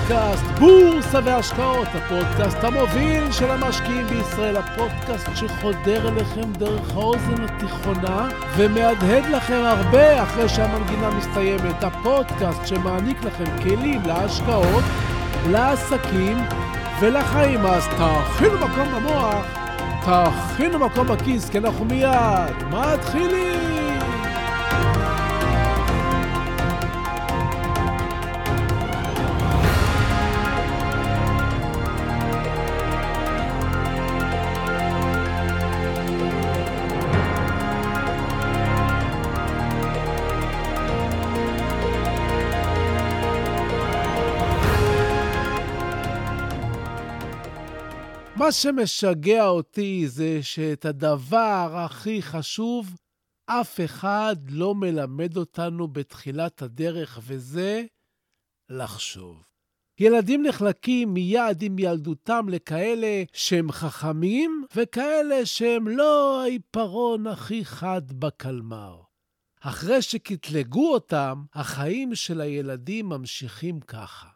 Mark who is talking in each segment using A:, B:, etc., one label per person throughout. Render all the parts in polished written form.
A: פודקאסט בורסה והשקעות, הפודקאסט המוביל של המשקיעים בישראל, הפודקאסט שחודר אליכם דרך האוזן התיכונה ומהדהד לכם הרבה אחרי שהמנגינה מסתיימת, הפודקאסט שמעניק לכם כלים להשקעות, לעסקים ולחיים. אז תאכינו מקום במוח, תאכינו מקום בכיס, כי אנחנו מיד מתחילים. מה שמשגע אותי זה שאת הדבר הכי חשוב, אף אחד לא מלמד אותנו בתחילת הדרך, וזה לחשוב. ילדים נחלקים מיד עם ילדותם לכאלה שהם חכמים, וכאלה שהם לא העיפרון הכי חד בקלמר. אחרי שקטלגו אותם, החיים של הילדים ממשיכים ככה.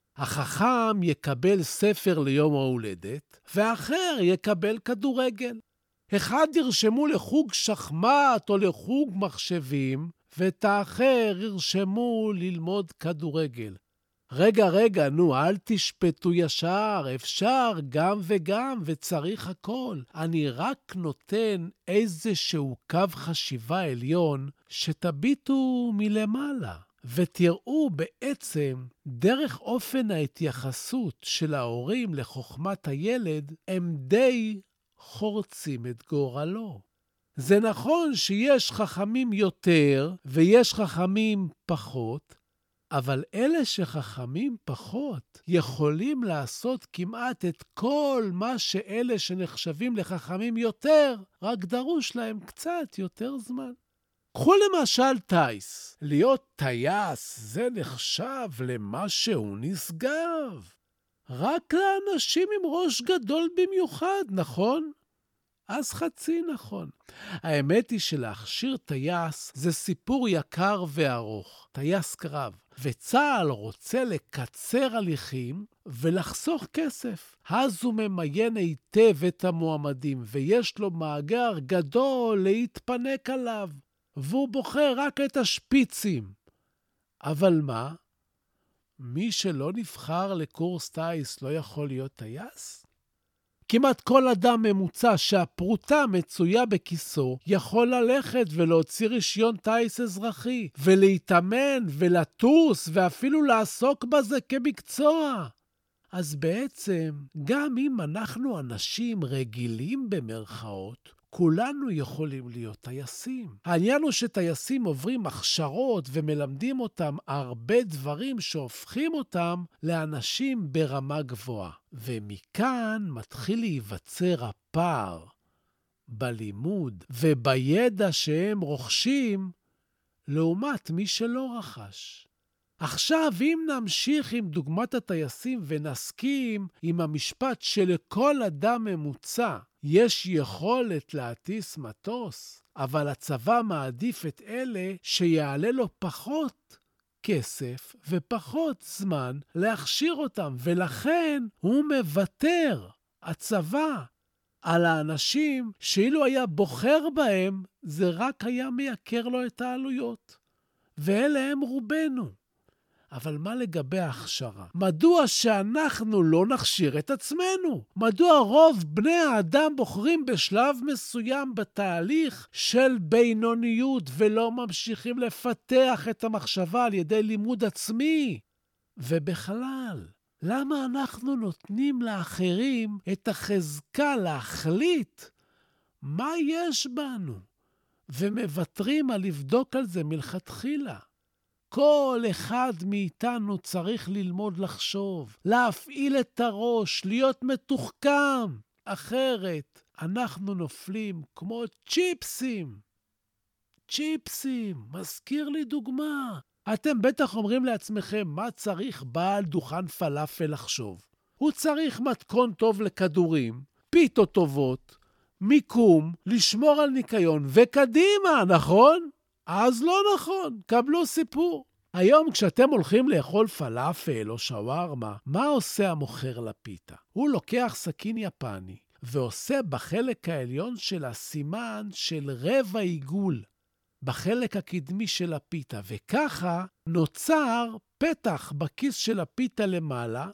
A: החכם יקבל ספר ליום ההולדת, ואחר יקבל כדורגל. אחד ירשמו לחוג שחמט או לחוג מחשבים, ואת האחר ירשמו ללמוד כדורגל. רגע, נו, אל תשפטו ישר, אפשר גם וגם וצריך הכל. אני רק נותן איזשהו קו חשיבה עליון שתביטו מלמעלה. ותראו בעצם דרך אופן ההתייחסות של ההורים לחוכמת הילד, הם די חורצים את גורלו. זה נכון שיש חכמים יותר ויש חכמים פחות, אבל אלה שחכמים פחות יכולים לעשות כמעט את כל מה שאלה שנחשבים לחכמים יותר, רק דרוש להם קצת יותר זמן. קחו למשל טייס. להיות טייס זה נחשב למשהו נשגב. רק לאנשים עם ראש גדול במיוחד, נכון? אז חצי נכון. האמת היא שלהכשיר טייס זה סיפור יקר וארוך, טייס קרב. וצה"ל רוצה לקצר הליכים ולחסוך כסף. אז הוא ממיין היטב את המועמדים ויש לו מאגר גדול להתפנק עליו. והוא בוחר רק את השפיצים. אבל מה? מי שלא נבחר לקורס טייס לא יכול להיות טייס? כמעט כל אדם ממוצע שהפרוטה מצויה בכיסו יכול ללכת ולהוציא רישיון טייס אזרחי, ולהתאמן ולטוס ואפילו לעסוק בזה כמקצוע. אז בעצם, גם אם אנחנו אנשים רגילים במרכאות, כולנו יכולים להיות טייסים. העניין הוא שטייסים עוברים הכשרות ומלמדים אותם הרבה דברים שהופכים אותם לאנשים ברמה גבוהה. ומכאן מתחיל להיווצר הפער בלימוד ובידע שהם רוכשים לעומת מי שלא רכש. עכשיו, אם נמשיך עם דוגמת הטייסים ונסכים עם המשפט שלכל אדם ממוצע יש יכולת להטיס מטוס, אבל הצבא מעדיף את אלה שיעלה לו פחות כסף ופחות זמן להכשיר אותם, ולכן הוא מוותר, הצבא, על האנשים שאילו היה בוחר בהם, זה רק היה מייקר לו את העלויות. ואלה הם רובנו. אבל מה לגבי ההכשרה? מדוע שאנחנו לא נכשיר את עצמנו? מדוע רוב בני האדם בוחרים בשלב מסוים בתהליך של בינוניות ולא ממשיכים לפתח את המחשבה על ידי לימוד עצמי? ובכלל, למה אנחנו נותנים לאחרים את החזקה להחליט מה יש בנו ומוותרים על לבדוק על זה מלכתחילה? כל אחד מאיתנו צריך ללמוד לחשוב, להפעיל את הראש, להיות מתוחכם. אחרת אנחנו נופלים כמו צ'יפסים. צ'יפסים, מזכיר לי דוגמה. אתם בטח אומרים לעצמכם, מה צריך בעל דוכן פלאפל לחשוב? הוא צריך מתכון טוב לכדורים, פיתות טובות, מיקום, לשמור על ניקיון וקדימה, נכון? אז לא נכון, קבלו סיפור. היום כשאתם הולכים לאכול פלאפל או שווארמה, מה עושה המוכר לפיתה? הוא לוקח סכין יפני ועושה בחלק העליון של הסימן של רבע עיגול בחלק הקדמי של הפיתה, וככה נוצר פתח בכיס של הפיתה למעלה,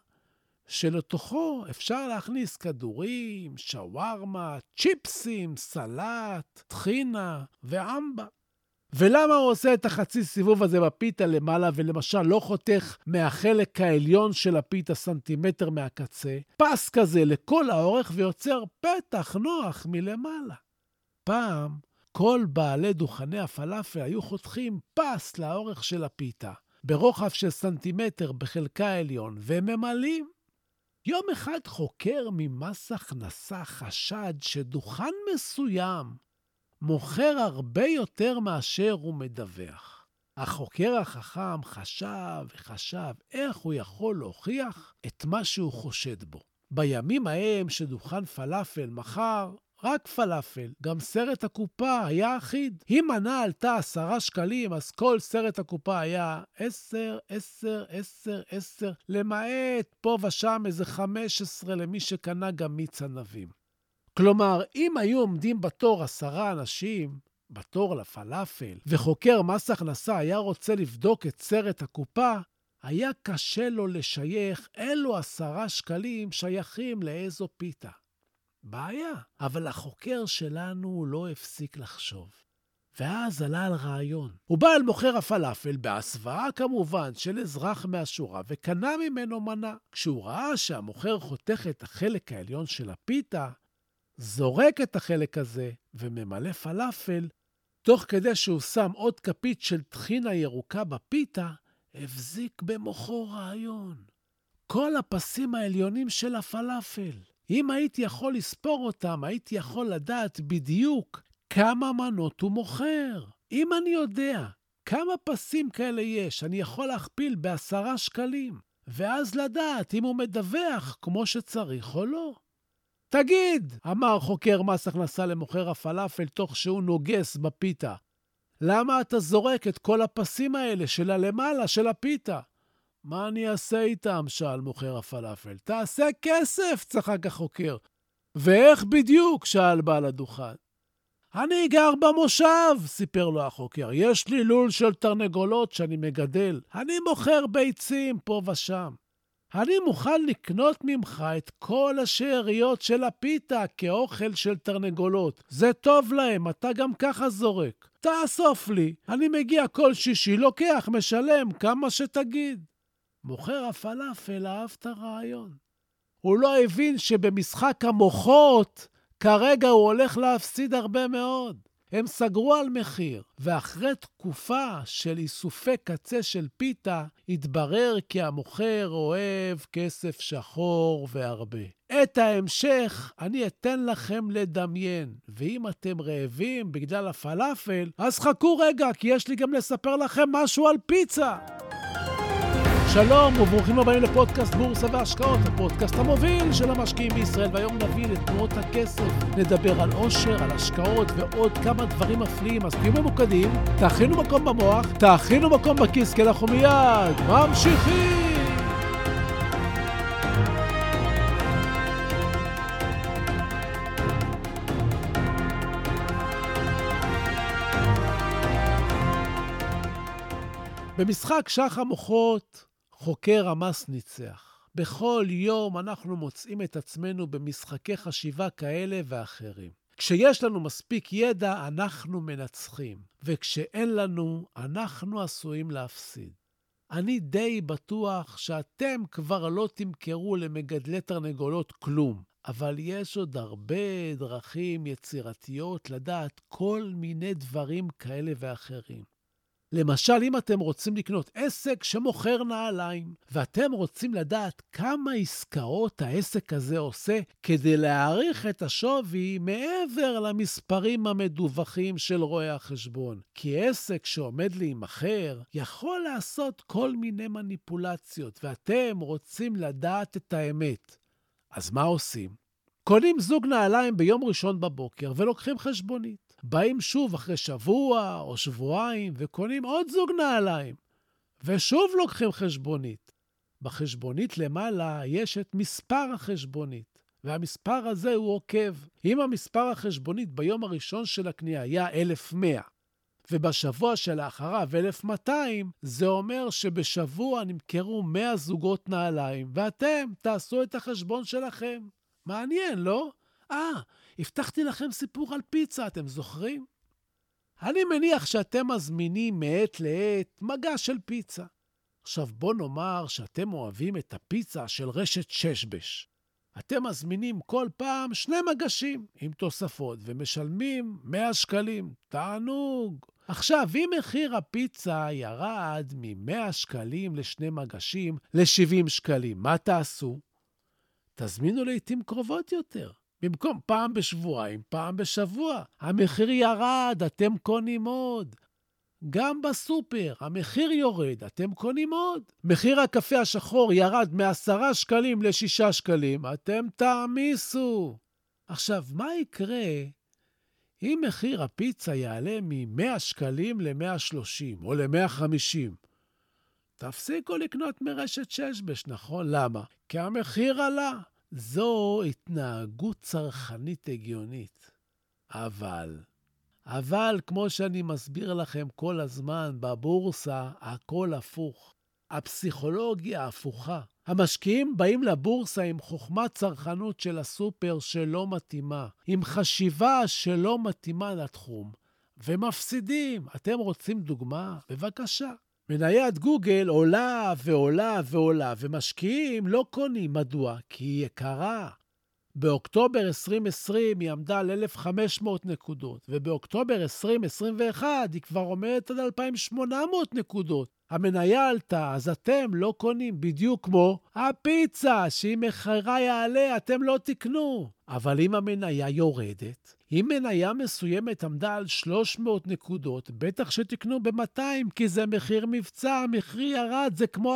A: שלתוכו אפשר להכניס כדורים, שווארמה, צ'יפסים, סלט, טחינה ואמבה. ולמה הוא עושה את החצי סיבוב הזה בפיתה למעלה, ולמשל לא חותך מהחלק העליון של הפיתה סנטימטר מהקצה, פס כזה לכל האורך ויוצר פתח נוח מלמעלה? פעם כל בעלי דוכני הפלאפל היו חותכים פס לאורך של הפיתה, ברוחב של סנטימטר בחלקה העליון, וממלאים. יום אחד חוקר ממס הכנסה חשד שדוכן מסוים מוכר הרבה יותר מאשר הוא מדווח. החוקר החכם חשב איך הוא יכול להוכיח את מה שהוא חושד בו. בימים ההם שדוכן פלאפל מכר רק פלאפל, גם סרט הקופה היה אחיד. אם מנה עלתה 10 שקלים, אז כל סרט הקופה היה 10, 10, 10, 10, למעט פה ושם איזה 15 למי שקנה גם מיץ ענבים. כלומר, אם היו עומדים בתור 10 אנשים, בתור לפלאפל, וחוקר מס הכנסה היה רוצה לבדוק את סרט הקופה, היה קשה לו לשייך אילו 10 שקלים שייכים לאיזו פיתה. בעיה, אבל החוקר שלנו לא הפסיק לחשוב. ואז עלה על רעיון. הוא בא אל מוכר הפלאפל, בהסוואה כמובן של אזרח מהשורה, וקנה ממנו מנה. כשהוא ראה שהמוכר חותך את החלק העליון של הפיתה, זורק את החלק הזה וממלא פלאפל, תוך כדי שהוא שם עוד כפית של טחינה ירוקה בפיתה, הבזיק במוחו רעיון. כל הפסים העליונים של הפלאפל. אם הייתי יכול לספור אותם, הייתי יכול לדעת בדיוק כמה מנות הוא מוכר. אם אני יודע כמה פסים כאלה יש, אני יכול להכפיל ב10 שקלים, ואז לדעת אם הוא מדווח כמו שצריך או לא. תגיד, אמר חוקר מס הכנסה למוכר הפלאפל תוך שהוא נוגס בפיתה, למה אתה זורק את כל הפסים האלה של הלמעלה של הפיתה? מה אני אעשה איתם? שאל מוכר הפלאפל. תעשה כסף, צחק החוקר. ואיך בדיוק? שאל בעל הדוכן. אני גר במושב, סיפר לו החוקר. יש לי לול של תרנגולות שאני מגדל. אני מוכר ביצים פה ושם. אני מוכן לקנות ממך את כל השאריות של הפיתה כאוכל של תרנגולות. זה טוב להם, אתה גם ככה זורק. תאסוף לי, אני מגיע כל שישי, לוקח, משלם כמה שתגיד. מוכר הפלאפל אהב את הרעיון. הוא לא הבין שבמשחק המוחות כרגע הוא הולך להפסיד הרבה מאוד. הם סגרו על מחיר, ואחרי תקופה של איסופי קצה של פיתה, התברר כי המוכר אוהב כסף שחור והרבה. את ההמשך אני אתן לכם לדמיין, ואם אתם רעבים בגלל הפלאפל, אז חכו רגע, כי יש לי גם לספר לכם משהו על פיצה. שלום וברוכים הבאים לפודקאסט בורסה והשקעות, הפודקאסט המוביל של המשקיעים בישראל, והיום נבין את תנועות הכסף, נדבר על עושר, על השקעות ועוד כמה דברים מפליאים. אז תהיו ממוקדים, תאכינו מקום במוח, תאכינו מקום בכיס, כי אנחנו מיד ממשיכים. במשחק שח המוחות, חוקר המס ניצח. בכל יום אנחנו מוצאים את עצמנו במשחקי חשיבה כאלה ואחרים. כשיש לנו מספיק ידע, אנחנו מנצחים. וכשאין לנו, אנחנו עשויים להפסיד. אני די בטוח שאתם כבר לא תמכרו למגדלי תרנגולות כלום. אבל יש עוד הרבה דרכים יצירתיות לדעת כל מיני דברים כאלה ואחרים. למשל, אם אתם רוצים לקנות עסק שמוכר נעליים, ואתם רוצים לדעת כמה עסקאות העסק הזה עושה כדי להעריך את השווי מעבר למספרים המדווחים של רואי החשבון. כי עסק שעומד להימכר יכול לעשות כל מיני מניפולציות, ואתם רוצים לדעת את האמת. אז מה עושים? קונים זוג נעליים ביום ראשון בבוקר ולוקחים חשבונית. באים שוב אחרי שבוע או שבועיים וקונים עוד זוג נעליים. ושוב לוקחים חשבונית. בחשבונית למעלה יש את מספר החשבונית, והמספר הזה הוא עוקב. אם המספר החשבונית ביום הראשון של הקנייה היה 1,100, ובשבוע שלאחריו 1,200, זה אומר שבשבוע נמכרו 100 זוגות נעליים, ואתם תעשו את החשבון שלכם. מעניין, לא? הבטחתי לכם סיפור על פיצה, אתם זוכרים? אני מניח שאתם מזמינים מעת לעת מגע של פיצה. עכשיו בוא נאמר שאתם אוהבים את הפיצה של רשת ששבש. אתם מזמינים כל פעם 2 מגשים עם תוספות ומשלמים 100 שקלים. תענוג. עכשיו, אם מחיר הפיצה ירד מ-100 שקלים ל2 מגשים ל-70 שקלים, מה תעשו? תזמינו לעתים קרובות יותר. במקום פעם בשבועיים, פעם בשבוע. המחיר ירד, אתם קונים עוד. גם בסופר, המחיר יורד, אתם קונים עוד. מחיר הקפה השחור ירד מ10 שקלים ל6 שקלים, אתם תעמיסו. עכשיו, מה יקרה אם מחיר הפיצה יעלה מ100 שקלים ל130 או ל150? תפסיקו לקנות מרשת ששבש, נכון? למה? כי המחיר עלה. זו התנהגות צרכנית הגיונית. אבל כמו שאני מסביר לכם כל הזמן, בבורסה הכל הפוך. הפסיכולוגיה הפוכה. המשקיעים באים לבורסה עם חוכמת צרכנות של הסופר שלא מתאימה, עם חשיבה שלא מתאימה לתחום, ומפסידים. אתם רוצים דוגמה? בבקשה. מניית גוגל עולה ועולה ועולה, ומשקיעים לא קונים. מדוע? כי היא יקרה. באוקטובר 2020 היא עמדה על 1,500 נקודות, ובאוקטובר 2021 היא כבר עומדת על 2,800 נקודות. המניה עלתה, אז אתם לא קונים, בדיוק כמו הפיצה, שאם מחירה יעלה, אתם לא תקנו. אבל אם המניה יורדת, אם מניה מסוימת עמדה על 300 נקודות, בטח שתקנו ב-200, כי זה מחיר מבצע, המחיר ירד, זה כמו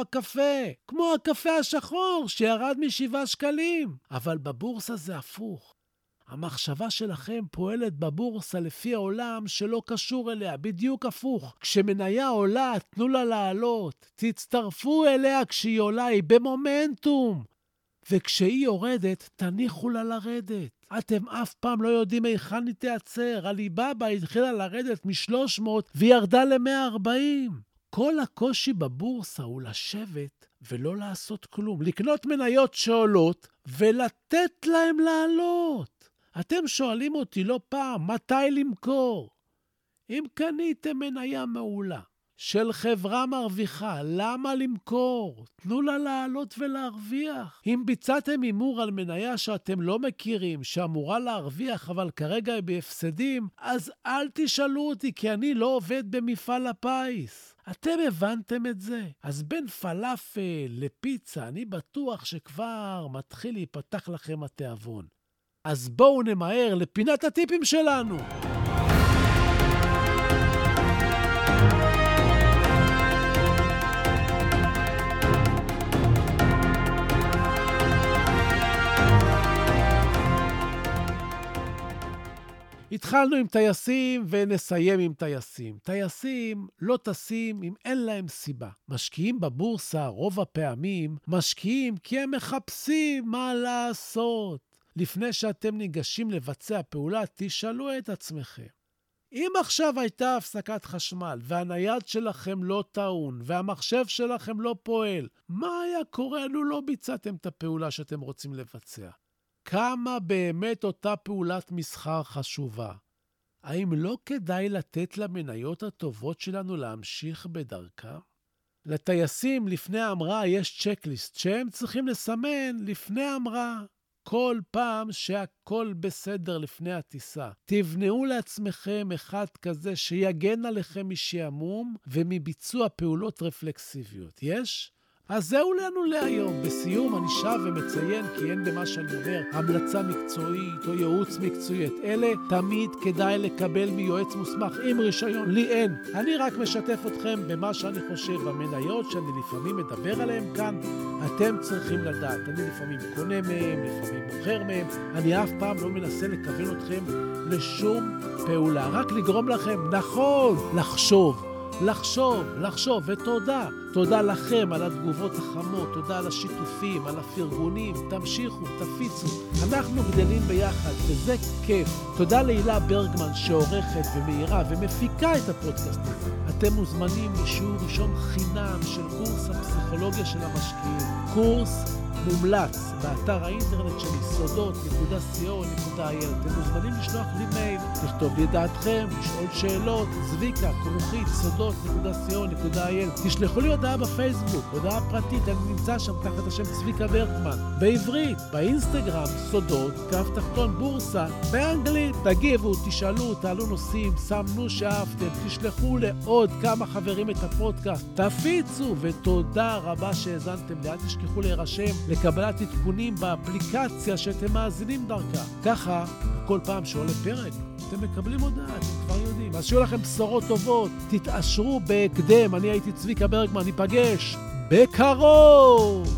A: הקפה השחור, שירד מ7 שקלים. אבל בבורסה זה הפוך. המחשבה שלכם פועלת בבורסה לפי העולם שלא קשור אליה, בדיוק הפוך. כשמניה עולה, תנו לה לעלות. תצטרפו אליה כשהיא עולה, היא במומנטום. וכשהיא יורדת, תניחו לה לרדת. אתם אף פעם לא יודעים היכן היא תיעצר. עליבאבא התחילה לרדת מ-300 וירדה ל-140. כל הקושי בבורסה הוא לשבת ולא לעשות כלום. לקנות מניות שעולות ולתת להם לעלות. אתם שואלים אותי לא פעם, מתי למכור? אם קניתם מניה מעולה של חברה מרוויחה, למה למכור? תנו לה לעלות ולהרוויח. אם ביצעתם הימור על מניה שאתם לא מכירים, שאמורה להרוויח, אבל כרגע היא בהפסדים, אז אל תשאלו אותי, כי אני לא עובד במפעל הפיס. אתם הבנתם את זה? אז בין פלאפל לפיצה, אני בטוח שכבר מתחיל להיפתח לכם התיאבון. אז בואו נמהר לפינת הטיפים שלנו. התחלנו עם טייסים ונסיים עם טייסים. טייסים לא טסים אם אין להם סיבה. משקיעים בבורסה רוב הפעמים משקיעים כי הם מחפשים מה לעשות. לפני שאתם ניגשים לבצע פעולה, תשאלו את עצמכם. אם עכשיו הייתה הפסקת חשמל והנייד שלכם לא טעון והמחשב שלכם לא פועל, מה היה קורה לו לא ביצעתם את הפעולה שאתם רוצים לבצע? כמה באמת אותה פעולת מסחר חשובה? האם לא כדאי לתת למניות הטובות שלנו להמשיך בדרכם? לטייסים לפני ההמראה יש צ'קליסט שהם צריכים לסמן לפני ההמראה. כל פעם שהכל בסדר לפני הטיסה. תבנאו לעצמכם אחד כזה שיגן עליכם משעמום ומביצוע פעולות רפלקסיביות. יש? אז זהו לנו להיום. בסיום אני שב ומציין, כי אין במה שאני אומר המלצה מקצועית או ייעוץ מקצועי. את אלה תמיד כדאי לקבל מיועץ מוסמך עם רישיון. לי אין. אני רק משתף אתכם במה שאני חושב. המניות שאני לפעמים מדבר עליהן כאן, אתם צריכים לדעת. אני לפעמים קונה מהם, לפעמים מוכר מהם. אני אף פעם לא מנסה לכוון אתכם לשום פעולה. רק לגרום לכם, נכון, לחשוב. לחשוב, ותודה. תודה לכם על התגובות החמות, תודה על השיתופים, על הפרגונים, תמשיכו, תפיצו. אנחנו גדלים ביחד, וזה כיף. תודה להילה ברגמן שעורכת ומאירה ומפיקה את הפודקאסט הזה. אתם מוזמנים לשיעור ראשון חינם של קורס הפסיכולוגיה של המשקיעים. קורס מומלץ באתר האינטרנט שלי, סודות.co.il. אתם מוזמנים לשלוח לי מייל, לכתוב לי דעתכם, לשאול שאלות, zvika@sodot.co.il. תשלחו לי הודעה בפייסבוק, הודעה פרטית, אני נמצא שם תחת השם צביקה ברגמן. בעברית, באינסטגרם, סודות, בורסה, באנגלית. תגיבו, תשאלו, תעלו נושאים, סמנו שאהבתם, תשלחו לעוד כמה חברים את הפודקאסט, תפיצו, ותודה רבה שהאזנתם לי. אל תשכחו להירשם לקבלת עדכונים באפליקציה שאתם מאזינים דרכה. ככה, בכל פעם שעולה פרק, אתם מקבלים הודעה, אתם כבר יודעים. אז שיהיו לכם בשורות טובות, תתעשרו בהקדם. אני הייתי צביקה ברגמן, ניפגש בקרוב.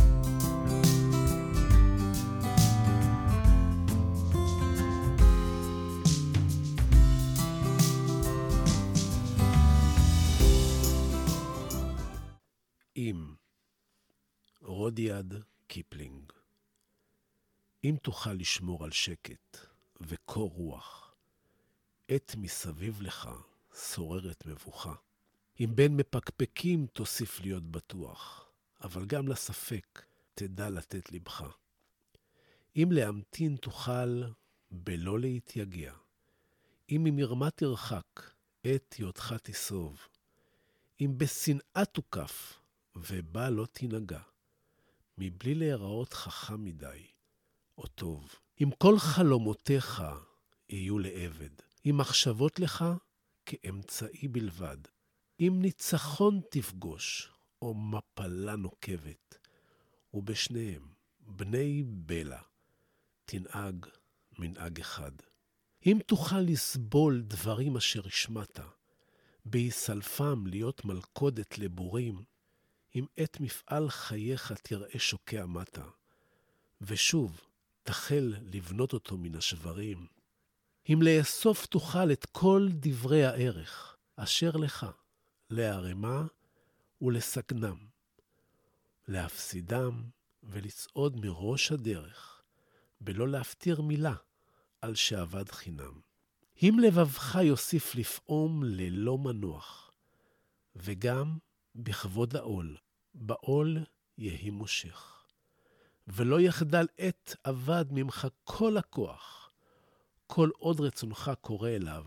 A: אם רודיעד קיפלינג. אם תוכל לשמור על שקט וקור רוח, עת מסביב לך שוררת מבוכה. אם בין מפקפקים תוסיף להיות בטוח, אבל גם לספק תדע לתת לבך. אם להמתין תוכל בלא להתייגע, אם ממרמה תרחק, עת היותך תסוב. אם בשנאה תוקף ובה לא תנגע, מבלי להיראות חכם מדי או טוב. אם כל חלומותיך יהיו לעבד, אם מחשבות לך כאמצעי בלבד, אם ניצחון תפגוש או מפלה נוקבת, ובשניהם בני בלה תנהג מנהג אחד. אם תוכל לסבול דברים אשר השמעת, ביסלפם להיות מלכודת לבורים, אם עת מפעל חייך תראה שוקע מטה, ושוב תחל לבנות אותו מן השברים, אם לאסוף תוכל את כל דברי הערך, אשר לך, להרמה ולסגנם, להפסידם ולצעוד מראש הדרך, בלא להפתיר מילה על שעבד חינם. אם לבבך יוסיף לפעום ללא מנוח, וגם בכבוד העול, בעול יהי מושך, ולא יחדל עת עבד ממך כל הכוח, כל עוד רצונך קורא אליו,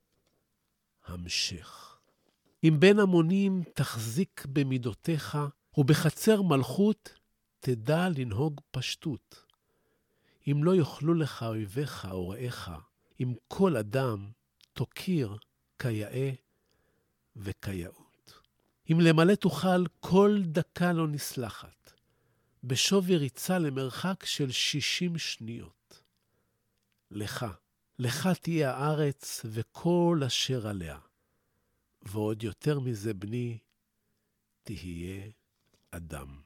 A: המשך. אם בין המונים תחזיק במידותיך, ובחצר מלכות תדע לנהוג פשטות. אם לא יאכלו לך אויביך או רעיך, אם כל אדם תוקיר כיאה וכיאות. אם למלא תוכל כל דקה לא נסלחת, בשווי ריצה למרחק של 60 שניות. לך תהיה הארץ וכל אשר עליה, ועוד יותר מזה בני, תהיה אדם.